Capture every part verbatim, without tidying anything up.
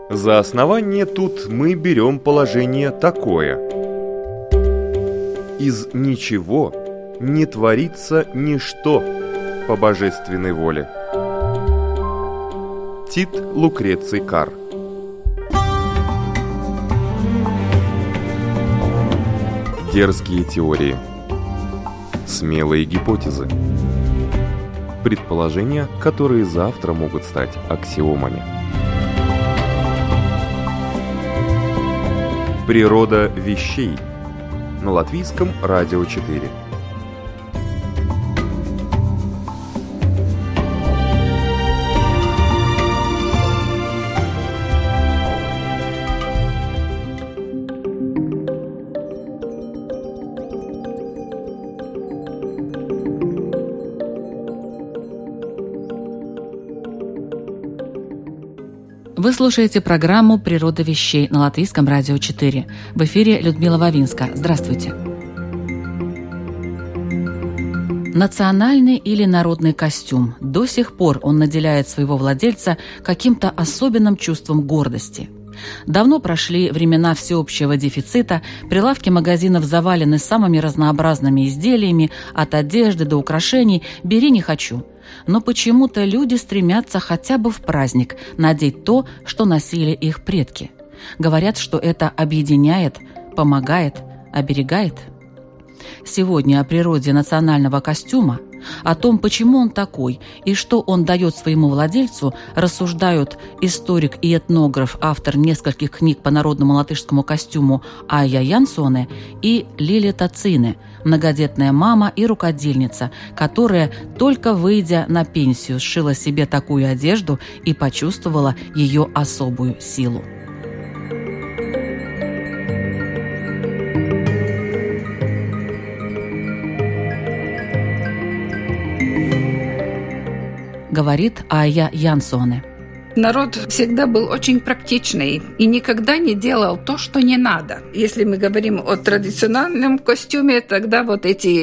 За основание тут мы берем положение такое. Из ничего не творится ничто по божественной воле. Тит Лукреций Кар. Дерзкие теории. Смелые гипотезы. Предположения, которые завтра могут стать аксиомами. Природа вещей. На Латвийском радио четыре. Вы слушаете программу «Природа вещей» на Латвийском радио четыре. В эфире Людмила Вавинска. Здравствуйте. Национальный или народный костюм. До сих пор он наделяет своего владельца каким-то особенным чувством гордости. Давно прошли времена всеобщего дефицита, прилавки магазинов завалены самыми разнообразными изделиями, от одежды до украшений «бери, не хочу». Но почему-то люди стремятся хотя бы в праздник надеть то, что носили их предки. Говорят, что это объединяет, помогает, оберегает. Сегодня о природе национального костюма, о том, почему он такой и что он дает своему владельцу, рассуждают историк и этнограф, автор нескольких книг по народному латышскому костюму Аija Jansone и Лилия Тацине, многодетная мама и рукодельница, которая, только выйдя на пенсию, сшила себе такую одежду и почувствовала ее особую силу. Говорит Аija Jansone. Народ всегда был очень практичный и никогда не делал то, что не надо. Если мы говорим о традиционном костюме, тогда вот эти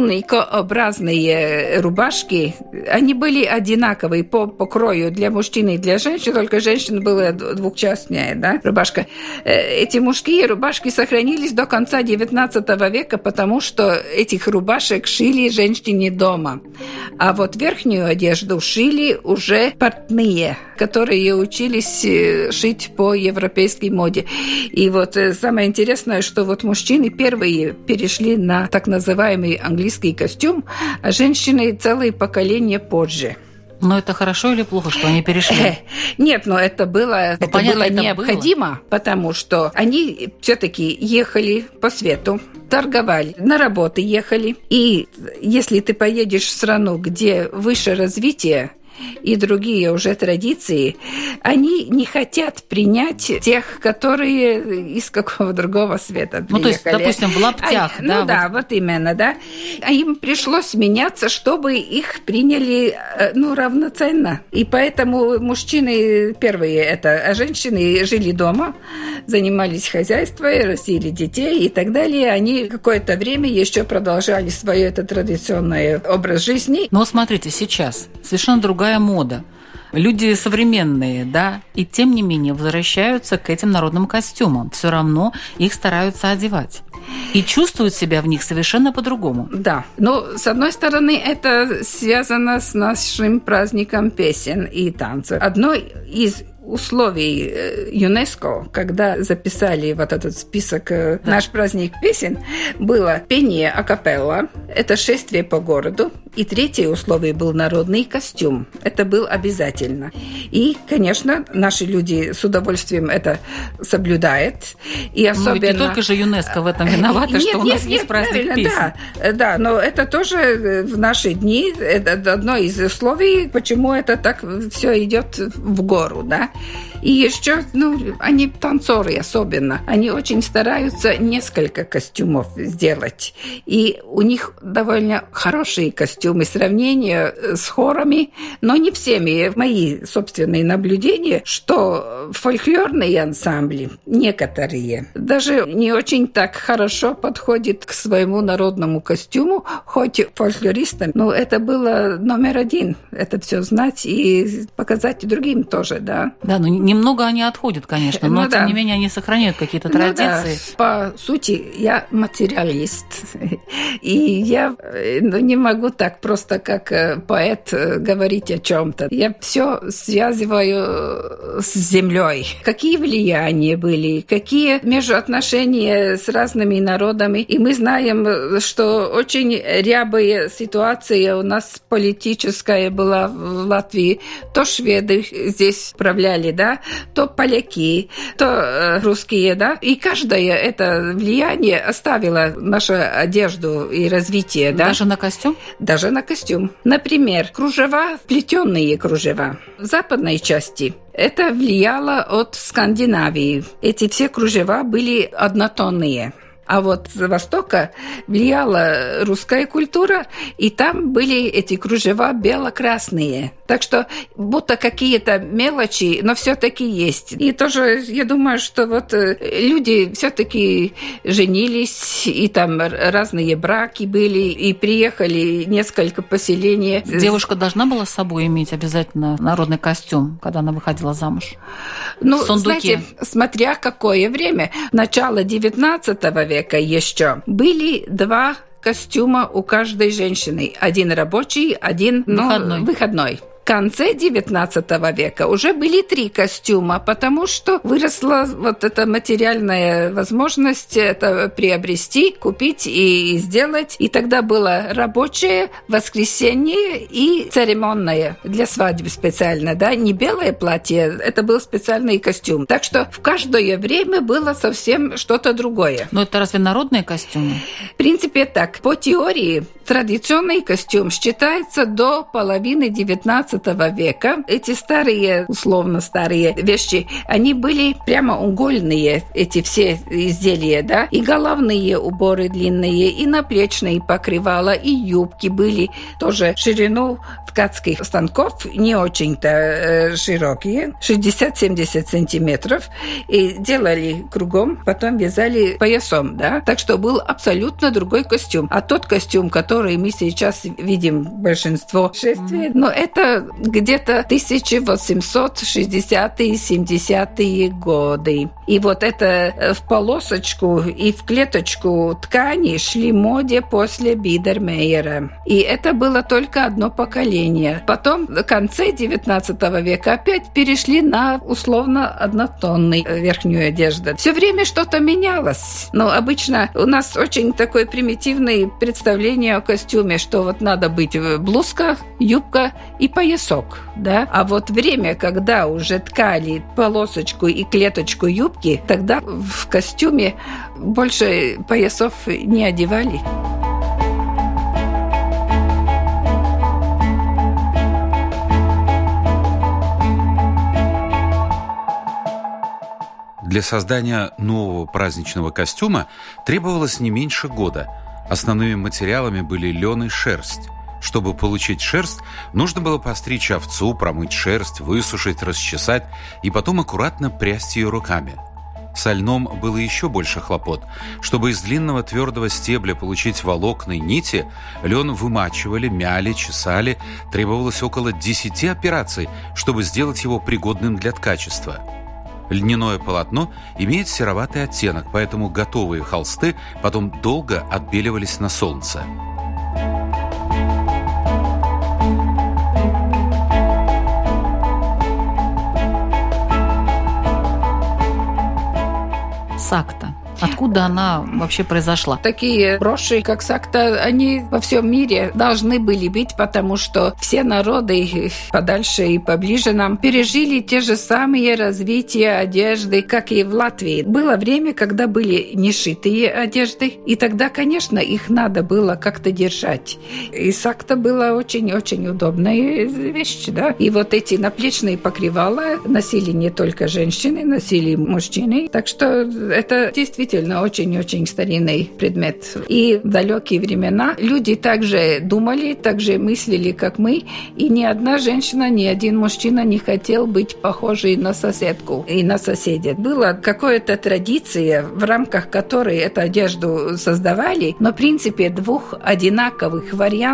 туникообразные рубашки, они были одинаковые по покрою для мужчин и для женщин, только женщин была двухчастная, да, рубашка. Эти мужские рубашки сохранились до конца девятнадцатого века, потому что этих рубашек шили женщине дома. А вот верхнюю одежду шили уже портные, которые учились шить по европейской моде. И вот самое интересное, что вот мужчины первые перешли на так называемый английский костюм, а женщины целое поколение позже. Но это хорошо или плохо, что они перешли? Нет, но это было, это понятно, было это необходимо, было. Потому что они все-таки ехали по свету, торговали, на работу ехали. И если ты поедешь в страну, где выше развитие, и другие уже традиции, они не хотят принять тех, которые из какого другого света приехали. Ну, то есть, допустим, в лаптях, а, да? Ну, да, вот. вот именно, да. А им пришлось меняться, чтобы их приняли, ну, равноценно. И поэтому мужчины первые это, а женщины жили дома, занимались хозяйством, растили детей и так далее. Они какое-то время еще продолжали свой это традиционный образ жизни. Но смотрите, сейчас совершенно другая мода. Люди современные, да, и тем не менее возвращаются к этим народным костюмам. Все равно их стараются одевать. И чувствуют себя в них совершенно по-другому. Да, но с одной стороны это связано с нашим праздником песен и танцев. Одно из условий ЮНЕСКО, когда записали вот этот список, да. Наш праздник песен, было пение акапелла, это шествие по городу, и третье условие был народный костюм. Это был обязательно. И, конечно, наши люди с удовольствием это соблюдают. И особенно... Ну, ведь не только же ЮНЕСКО в этом виновата, что у нас нет, есть нет, праздник песен. Да, да, но это тоже в наши дни, это одно из условий, почему это так все идет в гору, да. И еще, ну, они танцоры особенно, они очень стараются несколько костюмов сделать. И у них довольно хорошие костюмы, сравнение с хорами, но не всеми. Мои собственные наблюдения, что фольклорные ансамбли, некоторые, даже не очень так хорошо подходят к своему народному костюму, хоть фольклористам, но это было номер один, это все знать и показать другим тоже, да. Да, но не Немного они отходят, конечно, но, ну, тем да. не менее, они сохраняют какие-то традиции. Ну, да. По сути, я материалист. И я ну, не могу так просто, как поэт, говорить о чем-то. Я все связываю с землей. Какие влияния были, какие межоотношения с разными народами. И мы знаем, что очень рябая ситуация у нас политическая была в Латвии. То шведы здесь правляли, да, то поляки, то русские, да. И каждое это влияние оставило нашу одежду и развитие, да. Даже на костюм? Даже на костюм. Например, кружева, плетеные кружева. В западной части это влияло от Скандинавии. Эти все кружева были однотонные. А вот с востока влияла русская культура, и там были эти кружева бело-красные. Так что будто какие-то мелочи, но все-таки есть. И тоже я думаю, что вот люди все-таки женились, и там разные браки были, и приехали несколько поселений. Девушка должна была с собой иметь обязательно народный костюм, когда она выходила замуж? Ну, в сундуке? Знаете, смотря какое время. Начало девятнадцатого века еще были два костюма у каждой женщины. Один рабочий, один ну, выходной. выходной. В конце девятнадцатого века уже были три костюма, потому что выросла вот эта материальная возможность это приобрести, купить и сделать. И тогда было рабочее, воскресенье и церемонное для свадьбы специально, да, не белое платье, это был специальный костюм. Так что в каждое время было совсем что-то другое. Но это разве народные костюмы? В принципе, так. По теории, традиционный костюм считается до половины девятнадцатого века. Эти старые, условно старые вещи, они были прямоугольные, эти все изделия, да, и головные уборы длинные, и наплечные покрывала, и юбки были тоже ширину ткацких станков не очень-то э, широкие, шестьдесят-семьдесят сантиметров, и делали кругом, потом вязали поясом, да, так что был абсолютно другой костюм. А тот костюм, который мы сейчас видим, большинство шествий, но это где-то тысяча восемьсот шестидесятые семидесятые годы. И вот это в полосочку и в клеточку ткани шли моде после Бидермейера. И это было только одно поколение. Потом в конце девятнадцатого века опять перешли на условно однотонную верхнюю одежду. Все время что-то менялось. Но обычно у нас очень такое примитивное представление о костюме, что вот надо быть блузка, юбка и поясок, да? А вот время, когда уже ткали полосочку и клеточку юбки, тогда в костюме больше поясов не одевали. Для создания нового праздничного костюма требовалось не меньше года. Основными материалами были лен и шерсть. Чтобы получить шерсть, нужно было постричь овцу, промыть шерсть, высушить, расчесать и потом аккуратно прясть ее руками. Со льном было еще больше хлопот. Чтобы из длинного твердого стебля получить волокна и нити, лен вымачивали, мяли, чесали. Требовалось около десяти операций, чтобы сделать его пригодным для ткачества. Льняное полотно имеет сероватый оттенок, поэтому готовые холсты потом долго отбеливались на солнце. Сакта. Откуда она вообще произошла? Такие броши, как сакта, они во всем мире должны были быть, потому что все народы подальше и поближе нам пережили те же самые развития одежды, как и в Латвии. Было время, когда были нешитые одежды, и тогда, конечно, их надо было как-то держать. И сакта была очень-очень удобная вещь, да. И вот эти наплечные покрывала носили не только женщины, носили мужчины. Так что это действительно очень-очень старинный предмет. И в далекие времена люди также думали, также мыслили, как мы, и ни одна женщина, ни один мужчина не хотел быть похожей на соседку и на соседа. Была какая-то традиция, в рамках которой эту одежду создавали, но в принципе двух одинаковых вариантов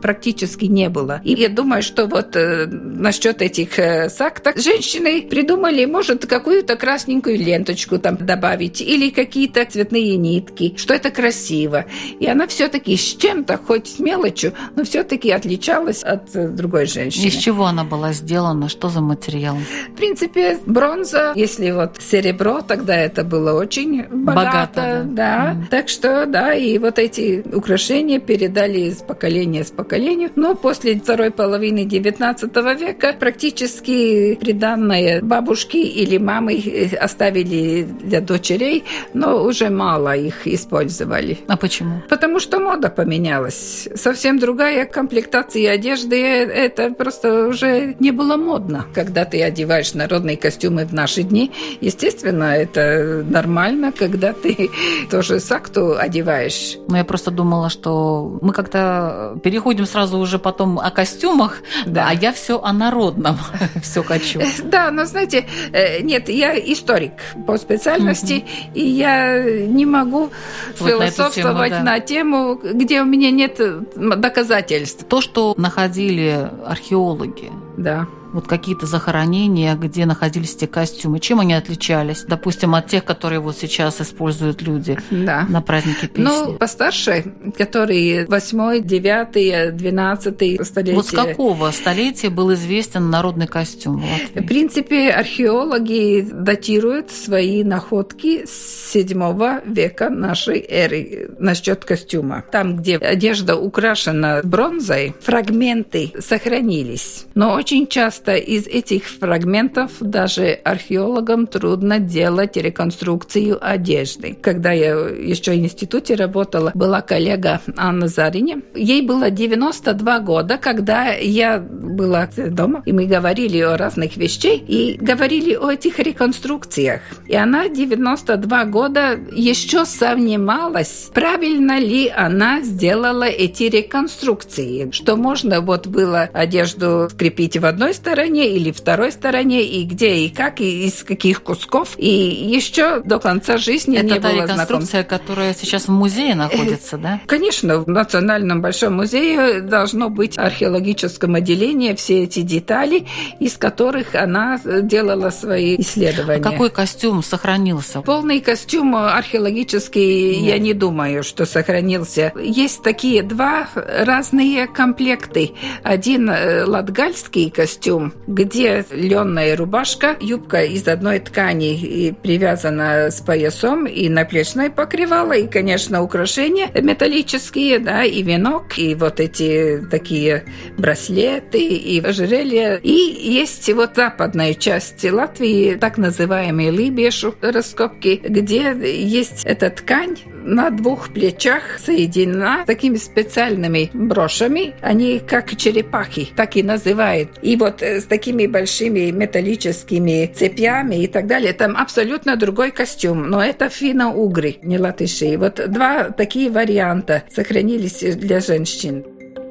практически не было. И я думаю, что вот э, насчет этих э, сактов женщины придумали, может, какую-то красненькую ленточку там добавить или какие-то цветные нитки, что это красиво. И она все-таки с чем-то, хоть с мелочью, но все-таки отличалась от э, другой женщины. Из чего она была сделана? Что за материал? В принципе, бронза, если вот серебро, тогда это было очень богато. богато да. Да. Mm. Так что, да, и вот эти украшения передали из поколения в поколение. Но после второй половины девятнадцатого века практически приданное бабушки или мамы оставили для дочерей, но уже мало их использовали. А почему? Потому что мода поменялась. Совсем другая комплектация одежды. Это просто уже не было модно. Когда ты одеваешь народные костюмы в наши дни, естественно, это нормально, когда ты тоже сакту одеваешь. Но я просто думала, что мы как-то переходим сразу уже потом о костюмах, да. А я все о народном все хочу. Да, но знаете, нет, я историк по специальности, угу. И я не могу вот философствовать на, тему, да. на тему, где у меня нет доказательств. То, что находили археологи, да. Вот какие-то захоронения, где находились те костюмы. Чем они отличались, допустим, от тех, которые вот сейчас используют люди да. на празднике песни? Ну, постарше, которые восьмое, девятое, двенадцатое столетие. Вот с какого столетия был известен народный костюм в Латвии? В принципе, археологи датируют свои находки с седьмого века нашей эры насчет костюма. Там, где одежда украшена бронзой, фрагменты сохранились. Но очень часто из этих фрагментов даже археологам трудно делать реконструкцию одежды. Когда я еще в институте работала, была коллега Анна Зариня. Ей было девяносто два года, когда я была дома, и мы говорили о разных вещах, и говорили о этих реконструкциях. И она девяносто два года еще сомневалась, правильно ли она сделала эти реконструкции, что можно вот было одежду скрепить в одной стороне или второй стороне, и где, и как, и из каких кусков. И еще до конца жизни это не было знаком. Это та реконструкция, которая сейчас в музее находится, да? Конечно, в Национальном Большом музее должно быть археологическое отделение, все эти детали, из которых она делала свои исследования. А какой костюм сохранился? Полный костюм археологический, Нет. я не думаю, что сохранился. Есть такие два разные комплекты. Один латгальский костюм, где лённая рубашка, юбка из одной ткани и привязана с поясом, и наплечное покрывало, и, конечно, украшения металлические, да, и венок, и вот эти такие браслеты, и ожерелья. И есть вот западная часть Латвии, так называемые либешу раскопки, где есть эта ткань на двух плечах соединена такими специальными брошами. Они как черепахи, так и называют. И вот с такими большими металлическими цепями и так далее. Там абсолютно другой костюм. Но это финно-угры, не латыши. Вот два такие варианта сохранились для женщин.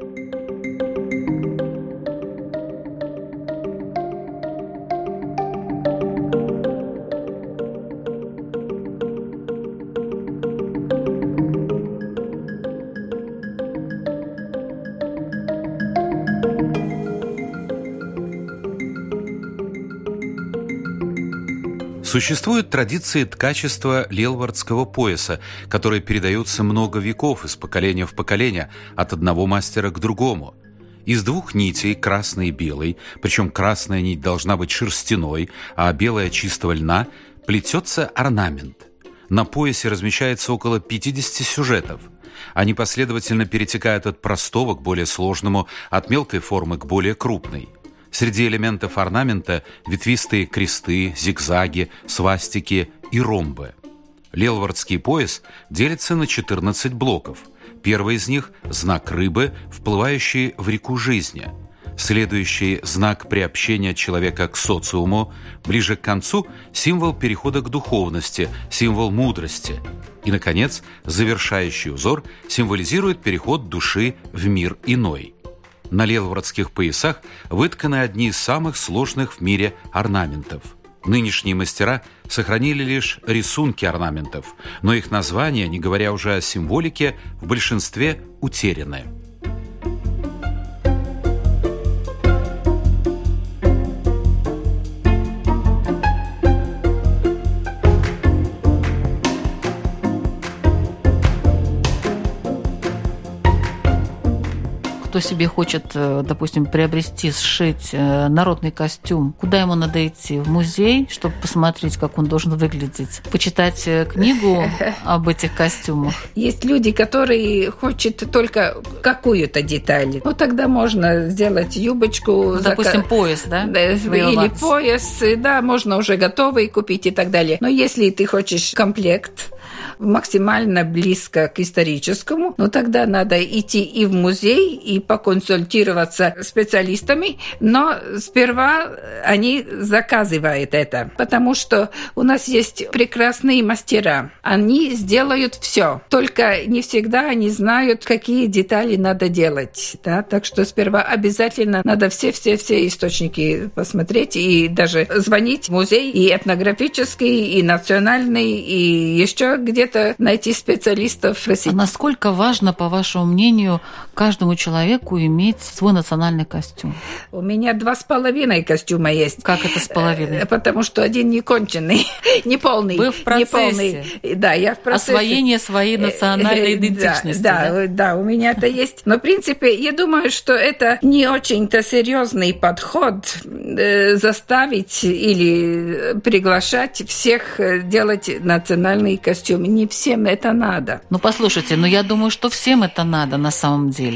Существуют традиции ткачества лелвардского пояса, которые передаются много веков из поколения в поколение, от одного мастера к другому. Из двух нитей, красной и белой, причем красная нить должна быть шерстяной, а белая чистого льна, плетется орнамент. На поясе размещается около пятидесяти сюжетов. Они последовательно перетекают от простого к более сложному, от мелкой формы к более крупной. Среди элементов орнамента ветвистые кресты, зигзаги, свастики и ромбы. Лелвардский пояс делится на четырнадцать блоков. Первый из них – знак рыбы, вплывающий в реку жизни. Следующий – знак приобщения человека к социуму. Ближе к концу – символ перехода к духовности, символ мудрости. И, наконец, завершающий узор символизирует переход души в мир иной. На лелвардских поясах вытканы одни из самых сложных в мире орнаментов. Нынешние мастера сохранили лишь рисунки орнаментов, но их названия, не говоря уже о символике, в большинстве утеряны. кто себе хочет, допустим, приобрести, сшить народный костюм, куда ему надо идти? В музей, чтобы посмотреть, как он должен выглядеть? Почитать книгу об этих костюмах? Есть люди, которые хотят только какую-то деталь. Ну, тогда можно сделать юбочку. Допустим, зак... пояс, да? Или пояс, да, можно уже готовый купить и так далее. Но если ты хочешь комплект максимально близко к историческому, ну тогда надо идти и в музей, и поконсультироваться с специалистами, но сперва они заказывают это, потому что у нас есть прекрасные мастера. Они сделают все, только не всегда они знают, какие детали надо делать, да? Так что сперва обязательно надо все-все-все источники посмотреть и даже звонить в музей, и этнографический, и национальный, и еще где-то найти специалистов. А насколько важно, по вашему мнению, каждому человеку иметь свой национальный костюм? У меня два с половиной костюма есть. Как это с половиной? Потому что один не конченый, не полный. Вы в процессе? Не полный. Да, я в процессе. Освоение своей национальной идентичности. Да, да, да, да, у меня это есть. Но, в принципе, я думаю, что это не очень-то серьезный подход э, заставить или приглашать всех делать национальный костюм. Не всем это надо. Ну, послушайте, ну я думаю, что всем это надо на самом деле.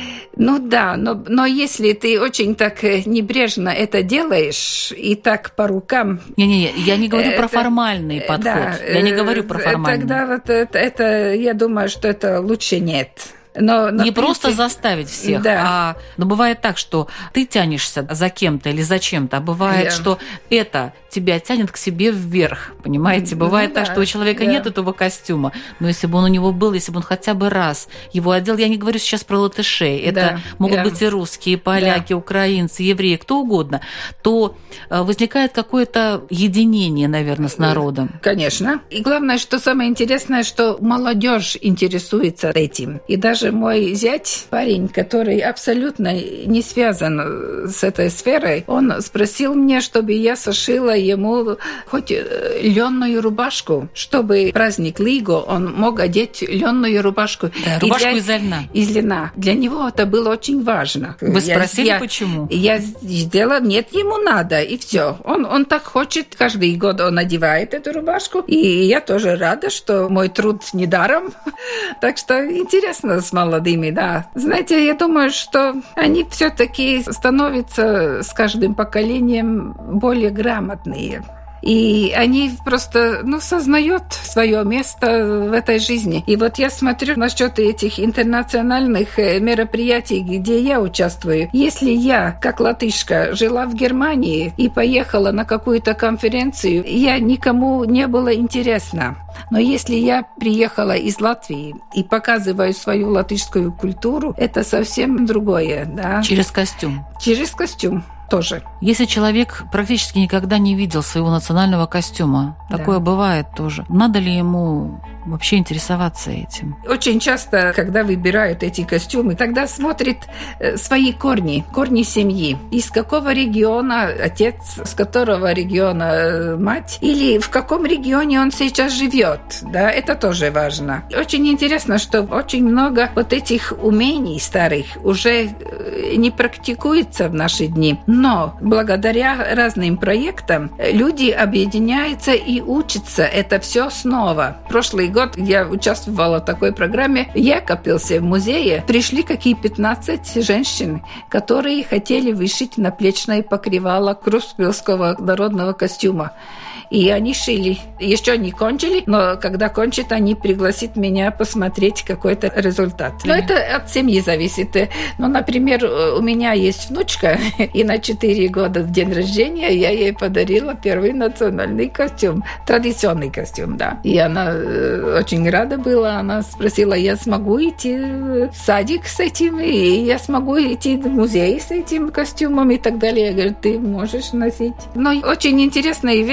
Ну да, но, но если ты очень так небрежно это делаешь и так по рукам... Не-не-не, я не говорю это, про формальный подход. Да, я не говорю про формальный. Тогда вот это, это, я думаю, что это лучше нет. Но, но не просто принципе... заставить всех, да. а но бывает так, что ты тянешься за кем-то или за чем-то, а бывает, yeah. что это тебя тянет к себе вверх, понимаете? Бывает ну, так, да. что у человека yeah. нет этого костюма, но если бы он у него был, если бы он хотя бы раз его одел, я не говорю сейчас про латышей, это yeah. могут yeah. быть и русские, и поляки, yeah. украинцы, евреи, кто угодно, то возникает какое-то единение, наверное, с народом. Конечно. И главное, что самое интересное, что молодежь интересуется этим. И даже мой зять, парень, который абсолютно не связан с этой сферой, он спросил меня, чтобы я сошила ему хоть лённую рубашку, чтобы праздник Лиго он мог одеть лённую рубашку. Да, рубашку для... из льна. Из льна. Для него это было очень важно. Вы спросили, я, почему? Я сделала, нет, ему надо, и все. Он, он так хочет, каждый год он одевает эту рубашку, и я тоже рада, что мой труд не даром. Так что интересно с молодыми, да. Знаете, я думаю, что они все-таки становятся с каждым поколением более грамотные. И они просто, ну, сознают свое место в этой жизни. И вот я смотрю насчет этих интернациональных мероприятий, где я участвую. Если я, как латышка, жила в Германии и поехала на какую-то конференцию, я никому не было интересно. Но если я приехала из Латвии и показываю свою латышскую культуру, это совсем другое, да? Через костюм. Через костюм. Тоже. Если человек практически никогда не видел своего национального костюма, да. такое бывает тоже, надо ли ему вообще интересоваться этим? Очень часто, когда выбирают эти костюмы, тогда смотрят свои корни, корни семьи. Из какого региона отец, с которого региона мать, или в каком регионе он сейчас живет. Да, это тоже важно. Очень интересно, что очень много вот этих умений старых уже не практикуется в наши дни. Но благодаря разным проектам люди объединяются и учатся это все снова. Прошлый год я участвовала в такой программе. Я копился в музее. Пришли какие пятнадцать женщин, которые хотели вышить наплечное покрывало крустбельского народного костюма. И они шили. Еще не кончили, но когда кончат, они пригласят меня посмотреть какой-то результат. Но это от семьи зависит. Ну, например, у меня есть внучка, и на четыре года в день рождения я ей подарила первый национальный костюм. Традиционный костюм, да. И она очень рада была. Она спросила, я смогу идти в садик с этим, и я смогу идти в музей с этим костюмом и так далее. Я говорю, ты можешь носить. Но очень интересные вещи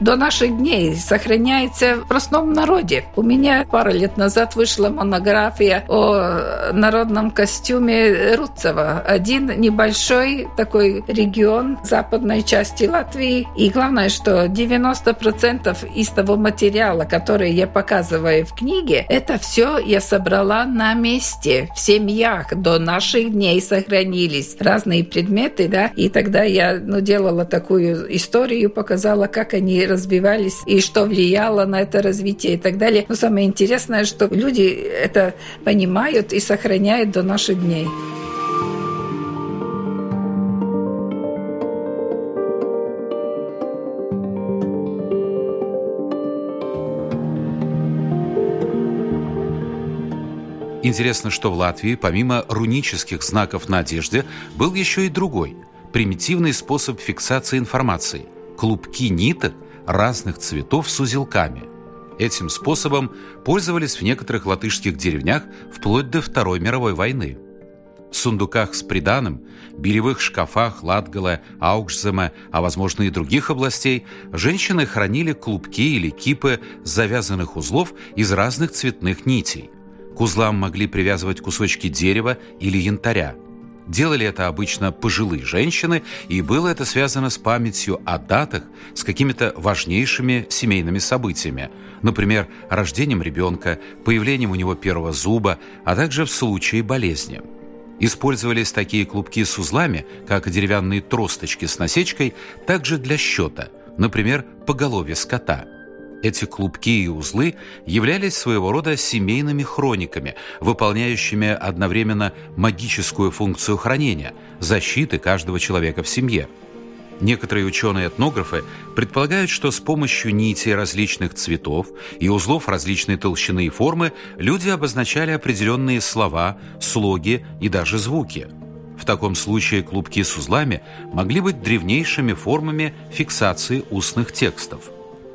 до наших дней сохраняется в простом народе. У меня пару лет назад вышла монография о народном костюме Рудцева. Один небольшой такой регион западной части Латвии. И главное, что девяносто процентов из того материала, который я показываю в книге, это все я собрала на месте, в семьях. До наших дней сохранились разные предметы, да. И тогда я ну, делала такую историю, показала, как они развивались и что влияло на это развитие и так далее. Но самое интересное, что люди это понимают и сохраняют до наших дней. Интересно, что в Латвии, помимо рунических знаков на одежде, был еще и другой, примитивный способ фиксации информации – клубки ниток разных цветов с узелками. Этим способом пользовались в некоторых латышских деревнях вплоть до Второй мировой войны. В сундуках с приданым, бельевых шкафах Латгала, Аукшзема, а возможно и других областей, женщины хранили клубки или кипы завязанных узлов из разных цветных нитей. К узлам могли привязывать кусочки дерева или янтаря. Делали это обычно пожилые женщины, и было это связано с памятью о датах, с какими-то важнейшими семейными событиями, например, рождением ребенка, появлением у него первого зуба, а также в случае болезни. Использовались такие клубки с узлами, как и деревянные тросточки с насечкой, также для счета, например, поголовья скота. Эти клубки и узлы являлись своего рода семейными хрониками, выполняющими одновременно магическую функцию хранения, защиты каждого человека в семье. Некоторые ученые-этнографы предполагают, что с помощью нитей различных цветов и узлов различной толщины и формы люди обозначали определенные слова, слоги и даже звуки. В таком случае клубки с узлами могли быть древнейшими формами фиксации устных текстов.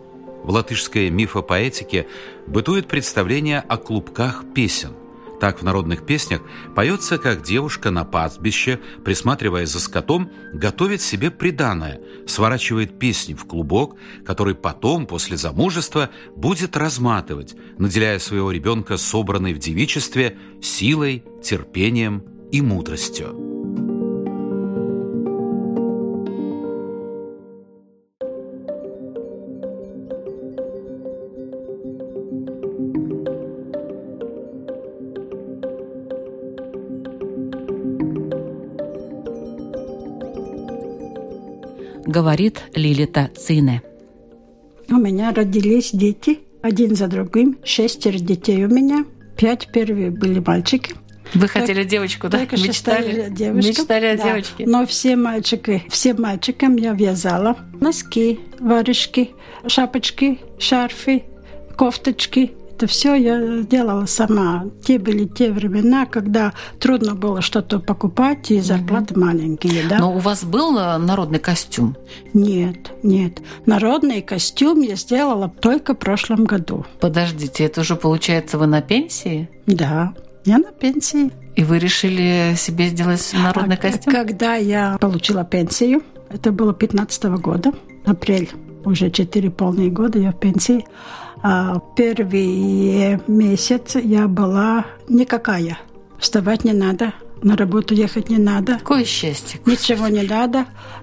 В латышской мифопоэтике бытует представление о клубках песен. Так в народных песнях поется, как девушка на пастбище, присматривая за скотом, готовит себе приданое, сворачивает песни в клубок, который потом, после замужества, будет разматывать, наделяя своего ребенка собранной в девичестве силой, терпением и мудростью. Говорит Лилита Цине. У меня родились дети, один за другим, шестеро детей у меня, пять первые были мальчики. Вы хотели девочку, да? Только Мечтали, мечтали о да. девочке. Но все мальчики, всем мальчикам я вязала носки, варежки, шапочки, шарфы, кофточки. Это все я делала сама. Те были те времена, когда трудно было что-то покупать, и зарплаты угу. маленькие. Да? Но у вас был народный костюм? Нет, нет. Народный костюм я сделала только в прошлом году. Подождите, это уже получается вы на пенсии? Да, я на пенсии. И вы решили себе сделать народный а, костюм? Когда я получила пенсию, это было пятнадцатого года, апрель, уже четыре полные года я в пенсии. А первый месяц я была никакая. Вставать не надо, на работу ехать не надо. Какое счастье! Ничего не надо.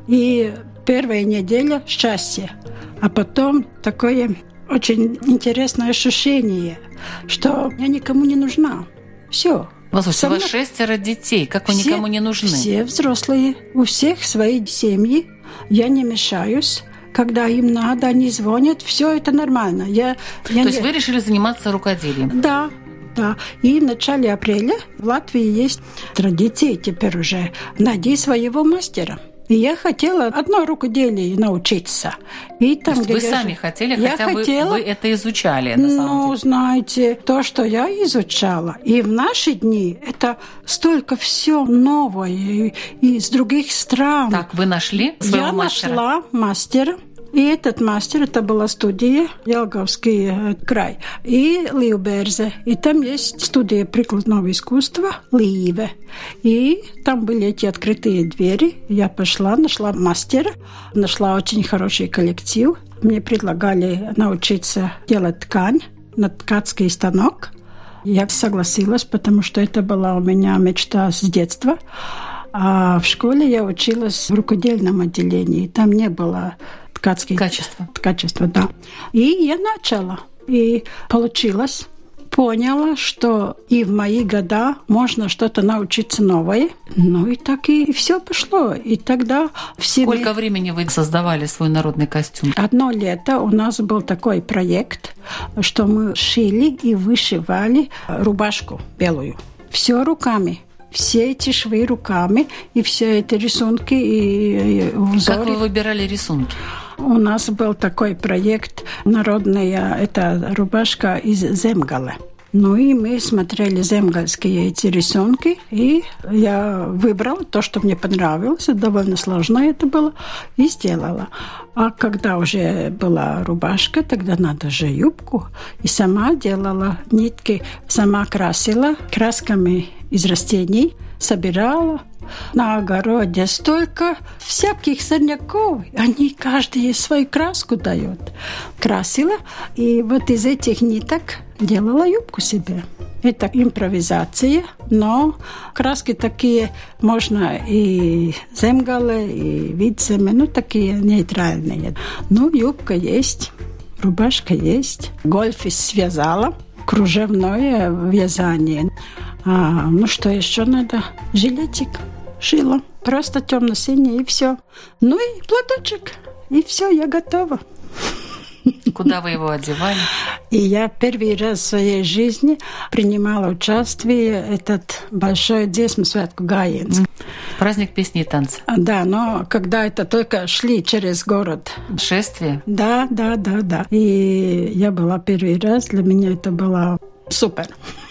И первая неделя счастье. А потом такое очень интересное ощущение, что я никому не нужна. Все. Послушайте, у вас шестеро детей. Как вы все, никому не нужны? Все взрослые. У всех свои семьи. Я не мешаюсь. Когда им надо, они звонят, все это нормально. Я, я То есть не... вы решили заниматься рукоделием? Да, да. И в начале апреля в Латвии есть традиции теперь уже «найди своего мастера». И я хотела одной рукоделию научиться. И там, то есть вы я сами же... хотели, я хотя хотела... вы, вы это изучали, на самом ну, деле? знаете, то, что я изучала, и в наши дни это столько все новое и, и из других стран. Так, вы нашли своего я мастера? Я нашла мастера. И этот мастер, это была студия Jelgavский край и Līvberze. И там есть студия прикладного искусства Līve. И там были эти открытые двери. Я пошла, нашла мастера, нашла очень хороший коллектив. мне предлагали научиться делать ткань на ткацкий станок. Я согласилась, потому что это была у меня мечта с детства. А в школе я училась в рукодельном отделении. Там не было ткацких... Качества. Качества, да. И я начала. И получилось. Поняла, что и в мои года можно что-то научиться новое. Ну и так и, и все пошло. И тогда все... Сколько времени вы создавали свой народный костюм? Одно лето у нас был такой проект, что мы шили и вышивали рубашку белую. Все руками. Все эти швы руками, и все эти рисунки и, и узоры. Как вы выбирали рисунки? У нас был такой проект «Народная» это рубашка из земгала. Ну и мы смотрели земгальские эти рисунки, и я выбрала то, что мне понравилось, довольно сложно это было, и сделала. А когда уже была рубашка, тогда надо же юбку, и сама делала нитки, сама красила красками из растений, собирала. На огороде столько всяких сорняков, они каждый свою краску дают. Красила, и вот из этих ниток делала юбку себе. Это импровизация, но краски такие можно и земгалы, и видцами, ну такие нейтральные. Ну, юбка есть, рубашка есть, гольфи связала, кружевное вязание. А, ну что еще надо? Жилетик шила. Просто темно-синий, и все. Ну и платочек. И все, я готова. Куда вы его одевали? И я первый раз в своей жизни принимала участие в этот большой Dziesmu svētku gājiens. Праздник песни и танца. Да, но когда это только шли через город. Шествие? Да, да, да, да. И я была первый раз, для меня это было супер.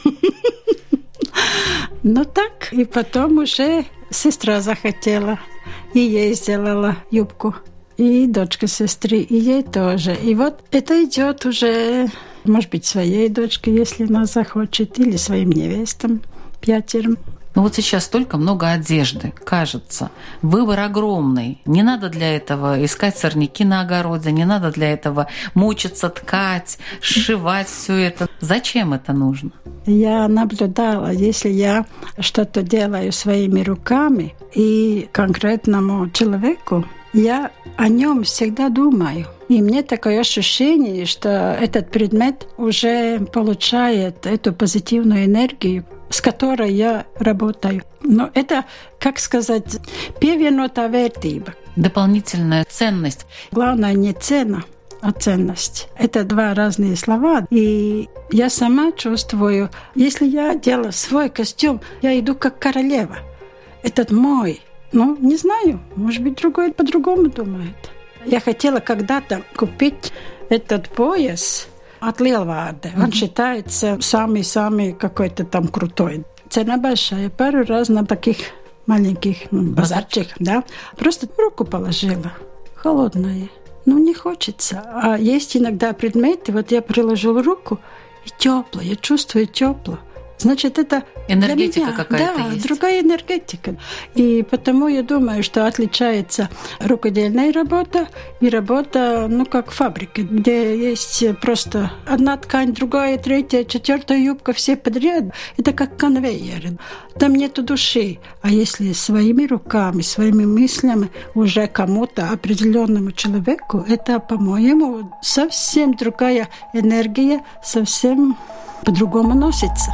Ну так, и потом уже сестра захотела, и ей сделала юбку. И дочка сестры, и ей тоже. И вот это идет уже, может быть, своей дочке, если она захочет, или своим невестам, пятерым. Ну вот сейчас столько много одежды, кажется. Выбор огромный. Не надо для этого искать сорняки на огороде, не надо для этого мучиться, ткать, сшивать все это. Зачем это нужно? Я наблюдала, если я что-то делаю своими руками и конкретному человеку, я о нем всегда думаю. И мне такое ощущение, что этот предмет уже получает эту позитивную энергию, с которой я работаю. Но это, как сказать, pievienotā vērtība. Дополнительная ценность. Главное не цена, а ценность. Это два разные слова. И я сама чувствую, если я делаю свой костюм, я иду как королева. Этот мой. Ну, не знаю, может быть, другой по-другому думает. Я хотела когда-то купить этот пояс от Lielvārde. Он mm-hmm. считается самый-самый какой-то там крутой. Цена большая. Пару раз на таких маленьких ну, базарчиках, да. Просто руку положила. Холодная. Ну, не хочется. А есть иногда предметы, вот я приложила руку, и тепло, я чувствую тепло. Значит, это энергетика какая-то да, есть. Другая энергетика. И потому я думаю, что отличается рукодельная работа и работа, ну, как фабрика, где есть просто одна ткань, другая, третья, четвертая юбка, все подряд. Это как конвейер. Там нету души. А если своими руками, своими мыслями уже кому-то, определенному человеку, это, по-моему, совсем другая энергия, совсем по-другому носится.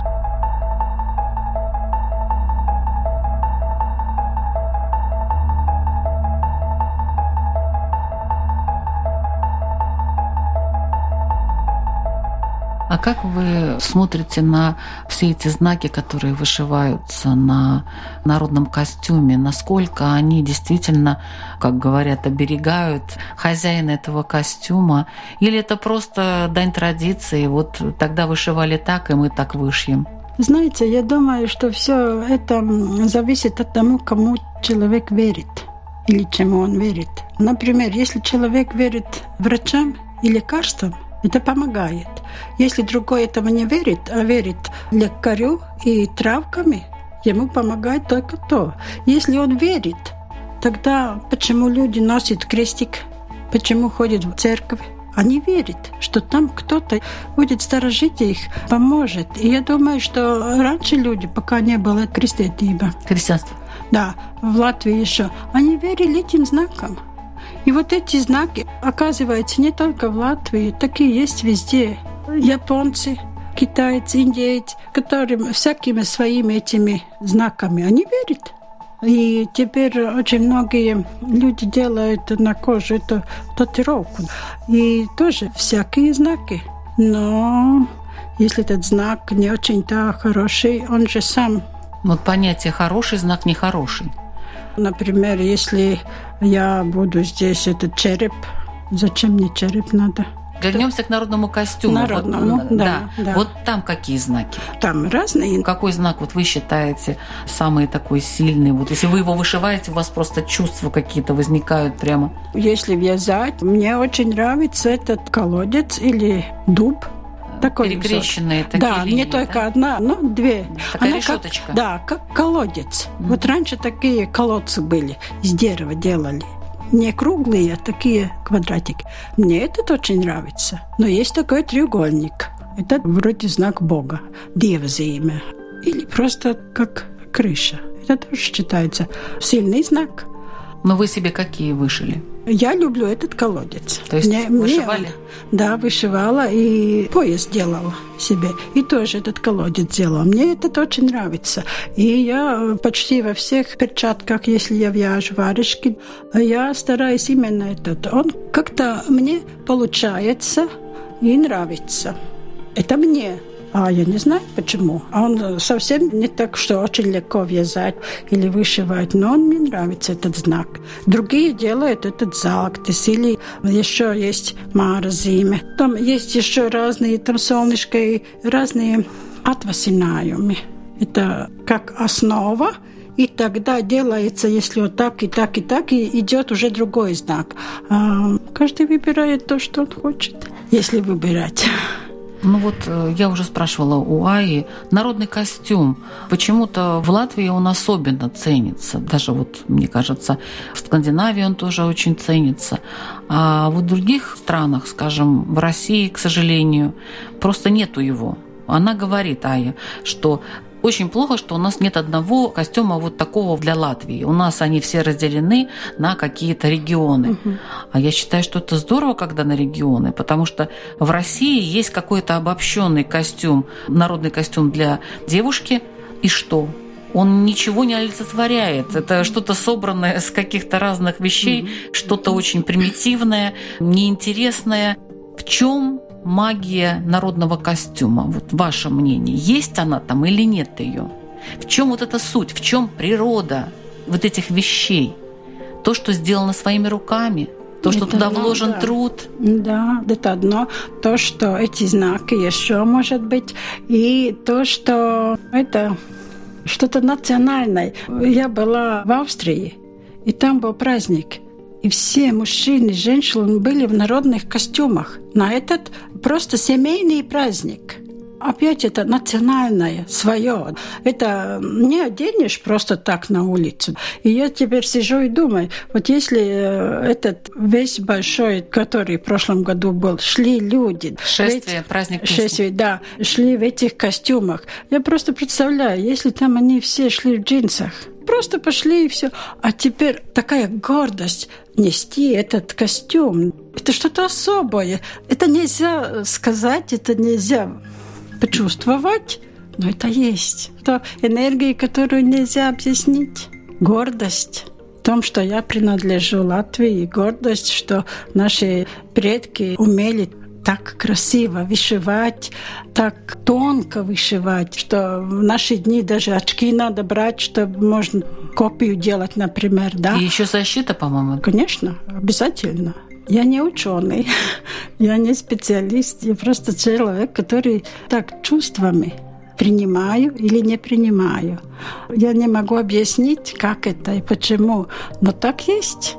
А как вы смотрите на все эти знаки, которые вышиваются на народном костюме? Насколько они действительно, как говорят, оберегают хозяина этого костюма? Или это просто дань традиции? Вот тогда вышивали так, и мы так вышьем. Знаете, я думаю, что все это зависит от того, кому человек верит или чему он верит. Например, если человек верит врачам и лекарствам, это помогает. Если другой этому не верит, а верит лекарю и травками, ему помогает только то. Если он верит, тогда почему люди носят крестик почему ходят в церковь. Они верят, что там кто-то будет сторожить их, поможет. И я думаю, что раньше люди, пока не было крестьянства, Христианство. Да, в Латвии еще, они верили этим знакам. И вот эти знаки, оказывается, не только в Латвии, такие есть везде. Японцы, китайцы, индейцы, которые всякими своими этими знаками, они верят. И теперь очень многие люди делают на коже эту татуировку. И тоже всякие знаки. Но если этот знак не очень-то хороший, он же сам... Вот понятие «хороший знак», «нехороший». Например, если я буду здесь, этот череп, зачем мне череп надо? Вернемся к народному костюму. Народному, вот, да, да. да. Вот там какие знаки? Там разные. Какой знак вот вы считаете самый такой сильный? Вот если вы его вышиваете, у вас просто чувства какие-то возникают прямо. Если вязать, мне очень нравится этот колодец или дуб. Такой перекрещенные высот. такие Да, линии, не да? только одна, но две. Такая Она решеточка. Как, да, как колодец. Mm-hmm. Вот раньше такие колодцы были, из дерева делали. Не круглые, а такие квадратики. Мне этот очень нравится. Но есть такой треугольник. Это вроде знак Бога, Девозимя. Или просто как крыша. Это тоже считается сильный знак. Но вы себе какие вышили? Я люблю этот колодец. То есть мне, вышивали? Мне, да, вышивала и пояс делала себе. И тоже этот колодец делала. Мне этот очень нравится. И я почти во всех перчатках, если я вяжу варежки, я стараюсь именно этот. Он как-то мне получается и нравится. Это мне. А я не знаю, почему. Он совсем не так, что очень легко вязать или вышивать, но он мне нравится, этот знак. Другие делают этот залактис, или еще есть марзиме. Там есть еще разные, там солнышко и разные атвасинājumi. Это как основа, и тогда делается, если вот так и так и так, и идет уже другой знак. А каждый выбирает то, что он хочет, если выбирать. Ну вот я уже спрашивала у Аи, народный костюм. Почему-то в Латвии он особенно ценится. Даже вот, мне кажется, в Скандинавии он тоже очень ценится. А вот в других странах, скажем, в России, к сожалению, просто нету его. Она говорит, Ая, что очень плохо, что у нас нет одного костюма вот такого для Латвии. У нас они все разделены на какие-то регионы. Угу. А я считаю, что это здорово, когда на регионы, потому что в России есть какой-то обобщенный костюм, народный костюм для девушки. И что? Он ничего не олицетворяет. Это что-то собранное с каких-то разных вещей, угу. что-то очень примитивное, неинтересное. В чем магия народного костюма? Вот ваше мнение, есть она там или нет ее? В чем вот эта суть? В чем природа вот этих вещей? То, что сделано своими руками, то, что это туда одно, вложен да. труд. Да, это одно. То, что эти знаки еще может быть, и то, что это что-то национальное. Я была в Австрии, и там был праздник. И все мужчины и женщины были в народных костюмах на этот просто семейный праздник. Опять это национальное, свое. Это не оденешь просто так на улицу. И я теперь сижу и думаю, вот если этот весь большой, который в прошлом году был, шли люди. Шествие, ведь, праздник песни. Шествие, да, шли в этих костюмах. Я просто представляю, если там они все шли в джинсах, просто пошли и все. А теперь такая гордость нести этот костюм. Это что-то особое. Это нельзя сказать, это нельзя почувствовать, но это есть. Это энергия, которую нельзя объяснить. Гордость в том, что я принадлежу Латвии, и гордость, что наши предки умели так красиво вышивать, так тонко вышивать, что в наши дни даже очки надо брать, чтобы можно копию делать, например, да. И еще защита, по-моему. Конечно, обязательно. Я не ученый, я не специалист, я просто человек, который так чувствами принимаю или не принимаю. Я не могу объяснить, как это и почему, но так есть.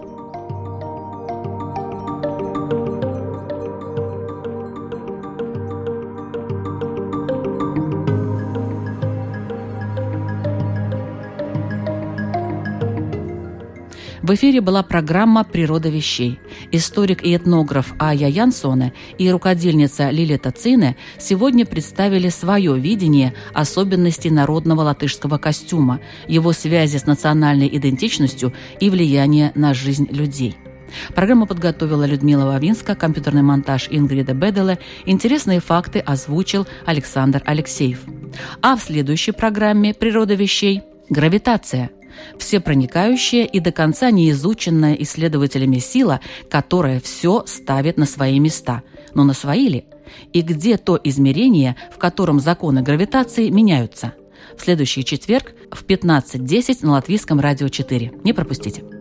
В эфире была программа «Природа вещей». Историк и этнограф Ая Янсоне и рукодельница Лилета Цине сегодня представили свое видение особенностей народного латышского костюма, его связи с национальной идентичностью и влияния на жизнь людей. Программу подготовила Людмила Вавинска, компьютерный монтаж Ингрида Беделе, интересные факты озвучил Александр Алексеев. А в следующей программе «Природа вещей» – гравитация. Всепроникающая и до конца неизученная исследователями сила, которая все ставит на свои места. Но на свои ли? И где то измерение, в котором законы гравитации меняются? В следующий четверг в пятнадцать десять на Латвийском радио четыре. Не пропустите.